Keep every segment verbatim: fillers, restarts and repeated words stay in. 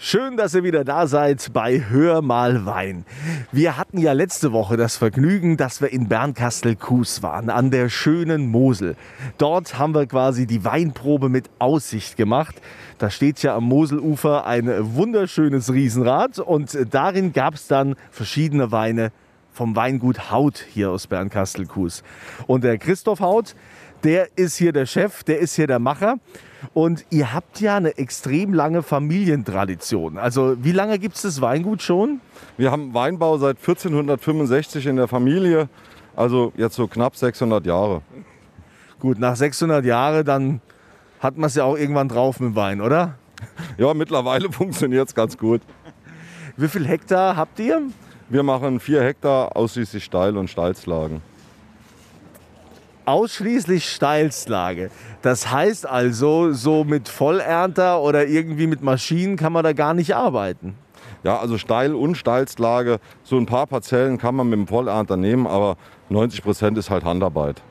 Schön, dass ihr wieder da seid bei Hör mal Wein. Wir hatten ja letzte Woche das Vergnügen, dass wir in Bernkastel-Kues waren, an der schönen Mosel. Dort haben wir quasi die Weinprobe mit Aussicht gemacht. Da steht ja am Moselufer ein wunderschönes Riesenrad und darin gab es dann verschiedene Weine vom Weingut Haut hier aus Bernkastel-Kues. Und der Christoph Haut, der ist hier der Chef, der ist hier der Macher. Und ihr habt ja eine extrem lange Familientradition. Also wie lange gibt es das Weingut schon? Wir haben Weinbau seit vierzehnhundertfünfundsechzig in der Familie, also jetzt so knapp sechshundert Jahre. Gut, nach sechshundert Jahren, dann hat man es ja auch irgendwann drauf mit dem Wein, oder? Ja, mittlerweile funktioniert es ganz gut. Wie viel Hektar habt ihr? Wir machen vier Hektar, ausschließlich Steil- und Steilslagen. Ausschließlich Steilslage. Das heißt also, so mit Vollernter oder irgendwie mit Maschinen kann man da gar nicht arbeiten. Ja, also Steil- und Steilslage, so ein paar Parzellen kann man mit dem Vollernter nehmen, aber neunzig Prozent ist halt Handarbeit.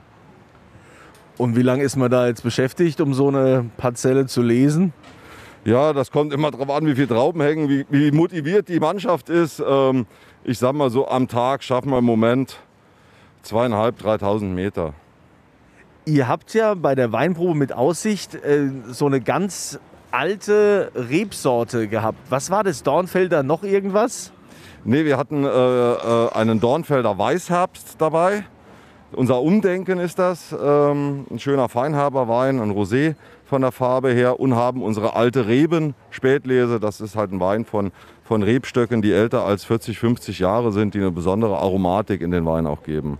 Und wie lange ist man da jetzt beschäftigt, um so eine Parzelle zu lesen? Ja, das kommt immer darauf an, wie viele Trauben hängen, wie, wie motiviert die Mannschaft ist. Ähm, ich sag mal so, am Tag schaffen wir im Moment zweieinhalb, dreitausend Meter. Ihr habt ja bei der Weinprobe mit Aussicht äh, so eine ganz alte Rebsorte gehabt. Was war das? Dornfelder noch irgendwas? Nee, wir hatten äh, äh, einen Dornfelder Weißherbst dabei. Unser Umdenken ist das. Ähm, ein schöner Feinhaberwein, ein Rosé von der Farbe her. Und haben unsere alte Reben Spätlese. Das ist halt ein Wein von, von Rebstöcken, die älter als vierzig, fünfzig Jahre sind, die eine besondere Aromatik in den Wein auch geben.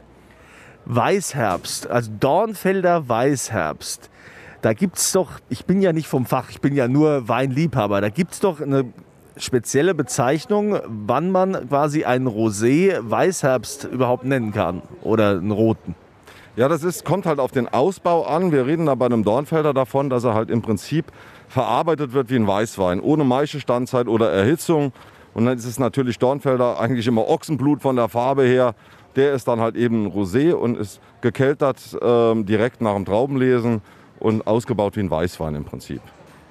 Weißherbst, also Dornfelder Weißherbst. Da gibt es doch, ich bin ja nicht vom Fach, ich bin ja nur Weinliebhaber, da gibt es doch eine spezielle Bezeichnung, wann man quasi einen Rosé Weißherbst überhaupt nennen kann oder einen roten. Ja, das ist, kommt halt auf den Ausbau an. Wir reden da bei einem Dornfelder davon, dass er halt im Prinzip verarbeitet wird wie ein Weißwein, ohne Maischestandzeit oder Erhitzung. Und dann ist es natürlich Dornfelder eigentlich immer Ochsenblut von der Farbe her. Der ist dann halt eben ein Rosé und ist gekeltert äh, direkt nach dem Traubenlesen und ausgebaut wie ein Weißwein im Prinzip.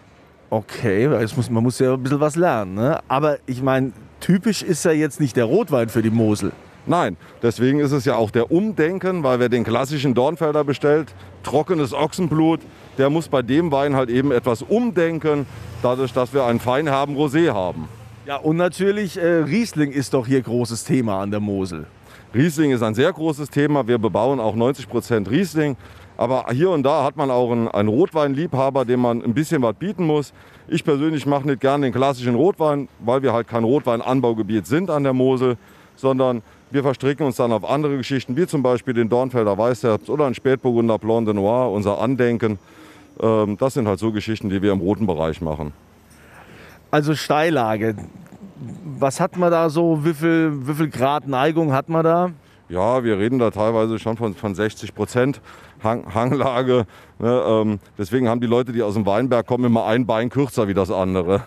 Okay, jetzt muss, man muss ja ein bisschen was lernen, ne? Aber ich meine, typisch ist ja jetzt nicht der Rotwein für die Mosel. Nein, deswegen ist es ja auch der Umdenken, weil wer den klassischen Dornfelder bestellt, trockenes Ochsenblut, der muss bei dem Wein halt eben etwas umdenken, dadurch, dass wir einen feinherben Rosé haben. Ja, und natürlich äh, Riesling ist doch hier großes Thema an der Mosel. Riesling ist ein sehr großes Thema. Wir bebauen auch neunzig Prozent Riesling. Aber hier und da hat man auch einen, einen Rotweinliebhaber, dem man ein bisschen was bieten muss. Ich persönlich mache nicht gerne den klassischen Rotwein, weil wir halt kein Rotweinanbaugebiet sind an der Mosel, sondern wir verstricken uns dann auf andere Geschichten, wie zum Beispiel den Dornfelder Weißherbst oder ein Spätburgunder Blanc de Noir, unser Andenken. Das sind halt so Geschichten, die wir im roten Bereich machen. Also Steillage. Was hat man da so, wie viel, wie viel Grad Neigung hat man da? Ja, wir reden da teilweise schon von, von sechzig Prozent Hang, Hanglage. Ne, ähm, deswegen haben die Leute, die aus dem Weinberg kommen, immer ein Bein kürzer wie das andere.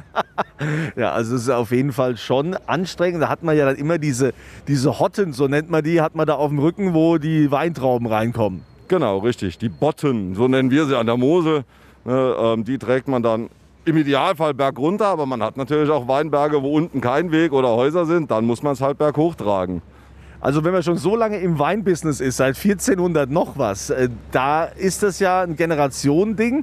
Ja, also es ist auf jeden Fall schon anstrengend. Da hat man ja dann immer diese, diese Hotten, so nennt man die, hat man da auf dem Rücken, wo die Weintrauben reinkommen. Genau, richtig. Die Botten, so nennen wir sie an der Mosel. Ne, ähm, die trägt man dann im Idealfall bergunter, aber man hat natürlich auch Weinberge, wo unten kein Weg oder Häuser sind, dann muss man es halt berghoch tragen. Also wenn man schon so lange im Weinbusiness ist, seit vierzehnhundert noch was, äh, da ist das ja ein Generationending.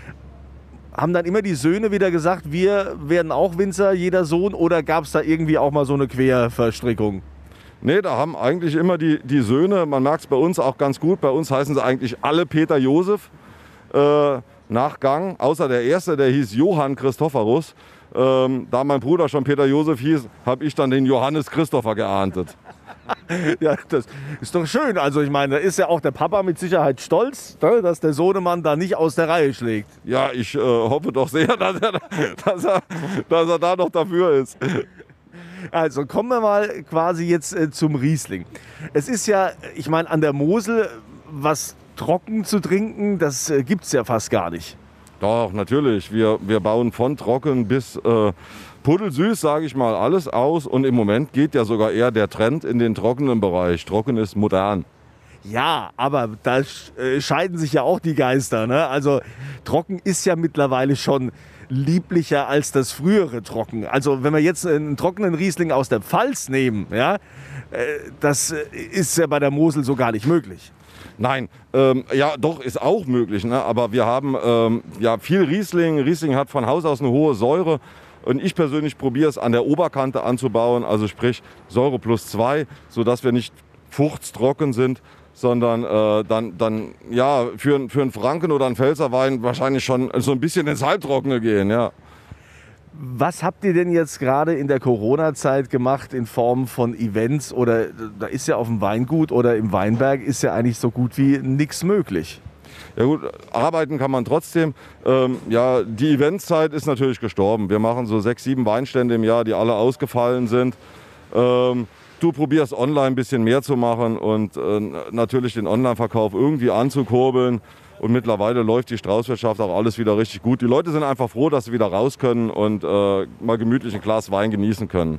Haben dann immer die Söhne wieder gesagt, wir werden auch Winzer, jeder Sohn, oder gab es da irgendwie auch mal so eine Querverstrickung? Nee, da haben eigentlich immer die, die Söhne, man merkt es bei uns auch ganz gut, bei uns heißen sie eigentlich alle Peter Josef. Äh, Nachgang, außer der erste, der hieß Johann Christophorus. Ähm, da mein Bruder schon Peter Josef hieß, habe ich dann den Johannes Christopher geerntet. Ja, das ist doch schön. Also ich meine, da ist ja auch der Papa mit Sicherheit stolz, ne, dass der Sohnemann da nicht aus der Reihe schlägt. Ja, ich äh, hoffe doch sehr, dass er, dass, er, dass er da noch dafür ist. Also kommen wir mal quasi jetzt äh, zum Riesling. Es ist ja, ich meine, an der Mosel was trocken zu trinken, das äh, gibt es ja fast gar nicht. Doch, natürlich. Wir, wir bauen von trocken bis äh, puddelsüß, sage ich mal, alles aus. Und im Moment geht ja sogar eher der Trend in den trockenen Bereich. Trocken ist modern. Ja, aber da äh, scheiden sich ja auch die Geister, ne? Also trocken ist ja mittlerweile schon lieblicher als das frühere Trocken. Also wenn wir jetzt einen trockenen Riesling aus der Pfalz nehmen, ja, das ist ja bei der Mosel so gar nicht möglich. Nein, ähm, ja doch, ist auch möglich, ne? Aber wir haben ähm, ja viel Riesling. Riesling hat von Haus aus eine hohe Säure. Und ich persönlich probiere es an der Oberkante anzubauen, also sprich Säure plus zwei, sodass wir nicht fuchtstrocken sind, sondern äh, dann, dann ja, für, für einen Franken oder einen Pfälzerwein wahrscheinlich schon so ein bisschen ins Halbtrockene gehen. Ja. Was habt ihr denn jetzt gerade in der Corona-Zeit gemacht in Form von Events? Oder da ist ja auf dem Weingut oder im Weinberg ist ja eigentlich so gut wie nichts möglich. Ja gut, arbeiten kann man trotzdem. Ähm, ja, die Eventzeit ist natürlich gestorben. Wir machen so sechs, sieben Weinstände im Jahr, die alle ausgefallen sind. Ähm, du probierst online ein bisschen mehr zu machen und äh, natürlich den Online-Verkauf irgendwie anzukurbeln. Und mittlerweile läuft die Straußwirtschaft auch alles wieder richtig gut. Die Leute sind einfach froh, dass sie wieder raus können und äh, mal gemütlich ein Glas Wein genießen können.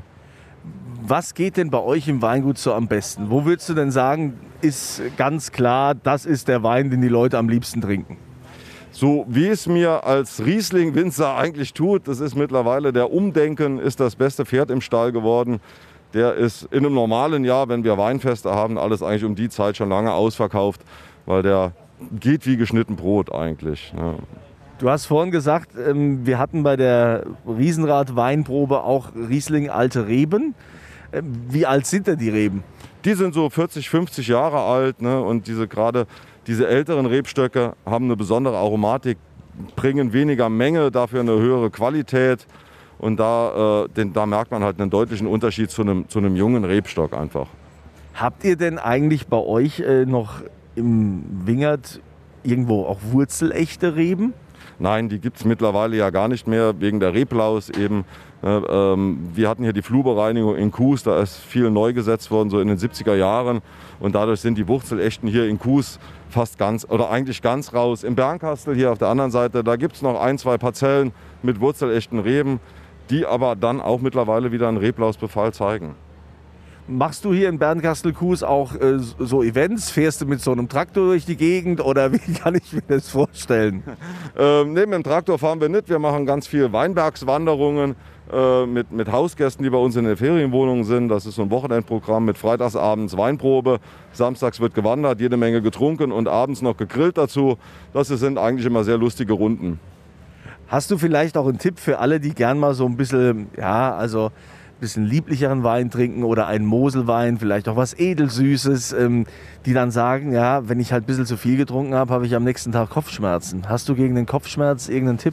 Was geht denn bei euch im Weingut so am besten? Wo würdest du denn sagen, ist ganz klar, das ist der Wein, den die Leute am liebsten trinken? So wie es mir als Riesling-Winzer eigentlich tut, das ist mittlerweile der Umdenken, ist das beste Pferd im Stall geworden. Der ist in einem normalen Jahr, wenn wir Weinfeste haben, alles eigentlich um die Zeit schon lange ausverkauft, weil der geht wie geschnitten Brot eigentlich. Ja. Du hast vorhin gesagt, wir hatten bei der Riesenrad-Weinprobe auch Riesling alte Reben. Wie alt sind denn die Reben? Die sind so vierzig, fünfzig Jahre alt, ne? Und diese gerade diese älteren Rebstöcke haben eine besondere Aromatik, bringen weniger Menge, dafür eine höhere Qualität. Und da, äh, den, da merkt man halt einen deutlichen Unterschied zu einem, zu einem jungen Rebstock einfach. Habt ihr denn eigentlich bei euch äh, noch im Wingert irgendwo auch wurzelechte Reben? Nein, die gibt es mittlerweile ja gar nicht mehr, wegen der Reblaus eben. Ähm, wir hatten hier die Flurbereinigung in Kues, da ist viel neu gesetzt worden, so in den siebziger Jahren. Und dadurch sind die Wurzelechten hier in Kues fast ganz, oder eigentlich ganz raus. Im Bernkastel hier auf der anderen Seite, da gibt es noch ein, zwei Parzellen mit wurzelechten Reben, die aber dann auch mittlerweile wieder einen Reblausbefall zeigen. Machst du hier in Bernkastel-Kues auch äh, so Events? Fährst du mit so einem Traktor durch die Gegend oder wie kann ich mir das vorstellen? Ähm, neben dem Traktor fahren wir nicht. Wir machen ganz viel Weinbergswanderungen äh, mit, mit Hausgästen, die bei uns in den Ferienwohnungen sind. Das ist so ein Wochenendprogramm mit freitagsabends Weinprobe. Samstags wird gewandert, jede Menge getrunken und abends noch gegrillt dazu. Das sind eigentlich immer sehr lustige Runden. Hast du vielleicht auch einen Tipp für alle, die gern mal so ein bisschen, ja, also bisschen lieblicheren Wein trinken oder einen Moselwein, vielleicht auch was Edelsüßes, ähm, die dann sagen, ja, wenn ich halt ein bisschen zu viel getrunken habe, habe ich am nächsten Tag Kopfschmerzen. Hast du gegen den Kopfschmerz irgendeinen Tipp?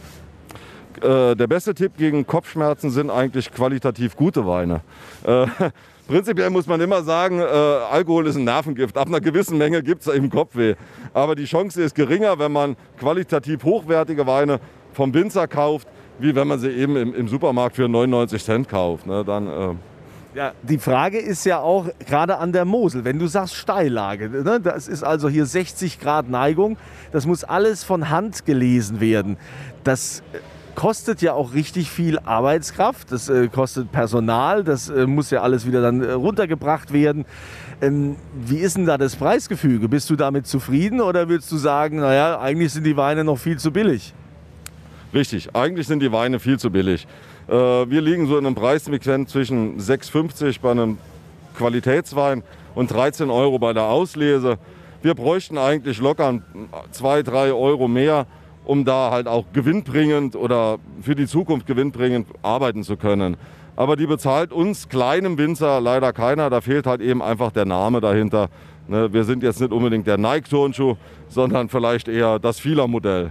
Äh, der beste Tipp gegen Kopfschmerzen sind eigentlich qualitativ gute Weine. Äh, prinzipiell muss man immer sagen, äh, Alkohol ist ein Nervengift. Ab einer gewissen Menge gibt es eben Kopfweh. Aber die Chance ist geringer, wenn man qualitativ hochwertige Weine vom Winzer kauft, wie wenn man sie eben im, im Supermarkt für neunundneunzig Cent kauft. Ne, dann, äh ja, die Frage ist ja auch, gerade an der Mosel, wenn du sagst Steillage, ne, das ist also hier sechzig Grad Neigung, das muss alles von Hand gelesen werden. Das kostet ja auch richtig viel Arbeitskraft, das äh, kostet Personal, das äh, muss ja alles wieder dann äh, runtergebracht werden. Ähm, wie ist denn da das Preisgefüge? Bist du damit zufrieden oder würdest du sagen, naja, eigentlich sind die Weine noch viel zu billig? Richtig, eigentlich sind die Weine viel zu billig. Äh, wir liegen so in einem Preissegment zwischen sechs fünfzig bei einem Qualitätswein und dreizehn Euro bei der Auslese. Wir bräuchten eigentlich locker zwei, drei Euro mehr, um da halt auch gewinnbringend oder für die Zukunft gewinnbringend arbeiten zu können. Aber die bezahlt uns kleinem Winzer leider keiner, da fehlt halt eben einfach der Name dahinter. Ne, wir sind jetzt nicht unbedingt der Nike-Turnschuh, sondern vielleicht eher das Fieler-Modell.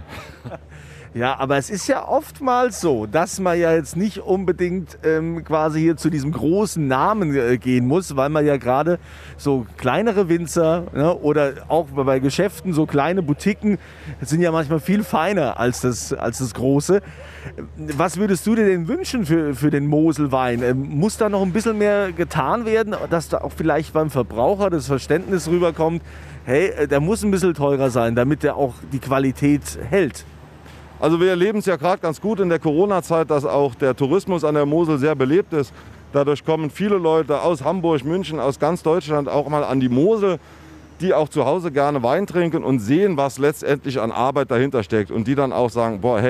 Ja, aber es ist ja oftmals so, dass man ja jetzt nicht unbedingt ähm, quasi hier zu diesem großen Namen äh, gehen muss, weil man ja gerade so kleinere Winzer, ne, oder auch bei Geschäften so kleine Boutiquen sind ja manchmal viel feiner als das, als das Große. Was würdest du dir denn wünschen für, für den Moselwein? Ähm, muss da noch ein bisschen mehr getan werden, dass da auch vielleicht beim Verbraucher das Verständnis rüberkommt, hey, der muss ein bisschen teurer sein, damit der auch die Qualität hält? Also wir erleben es ja gerade ganz gut in der Corona-Zeit, dass auch der Tourismus an der Mosel sehr belebt ist. Dadurch kommen viele Leute aus Hamburg, München, aus ganz Deutschland auch mal an die Mosel, die auch zu Hause gerne Wein trinken und sehen, was letztendlich an Arbeit dahinter steckt. Und die dann auch sagen, boah, hey,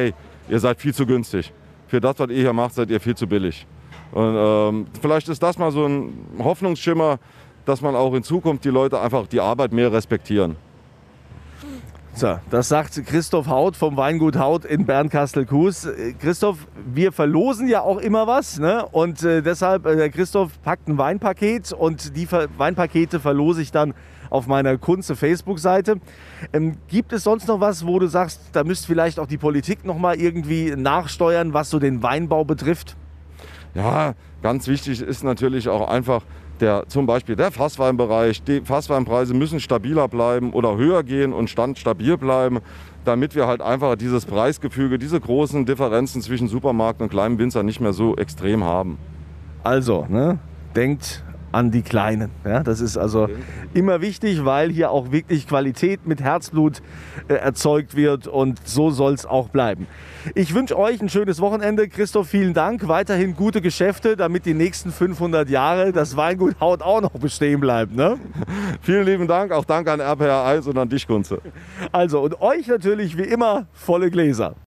ihr seid viel zu günstig. Für das, was ihr hier macht, seid ihr viel zu billig. Und ähm, vielleicht ist das mal so ein Hoffnungsschimmer, dass man auch in Zukunft die Leute einfach die Arbeit mehr respektieren. So, das sagt Christoph Haut vom Weingut Haut in Bernkastel-Kues. Christoph, wir verlosen ja auch immer was, ne? Und äh, deshalb, äh, Christoph packt ein Weinpaket und die Ver Weinpakete verlose ich dann auf meiner Kunze Facebook-Seite. Ähm, gibt es sonst noch was, wo du sagst, da müsste vielleicht auch die Politik noch mal irgendwie nachsteuern, was so den Weinbau betrifft? Ja, ganz wichtig ist natürlich auch einfach, Der, zum Beispiel der Fassweinbereich, die Fassweinpreise müssen stabiler bleiben oder höher gehen und Stand stabil bleiben, damit wir halt einfach dieses Preisgefüge, diese großen Differenzen zwischen Supermarkt und kleinen Winzer nicht mehr so extrem haben. Also, ne, denkt an die Kleinen. Ja, das ist also immer wichtig, weil hier auch wirklich Qualität mit Herzblut äh, erzeugt wird und so soll es auch bleiben. Ich wünsche euch ein schönes Wochenende. Christoph, vielen Dank. Weiterhin gute Geschäfte, damit die nächsten fünfhundert Jahre das Weingut Haut auch noch bestehen bleibt. Ne? Vielen lieben Dank. Auch danke an R P R eins und an dich, Kunze. Also und euch natürlich wie immer volle Gläser.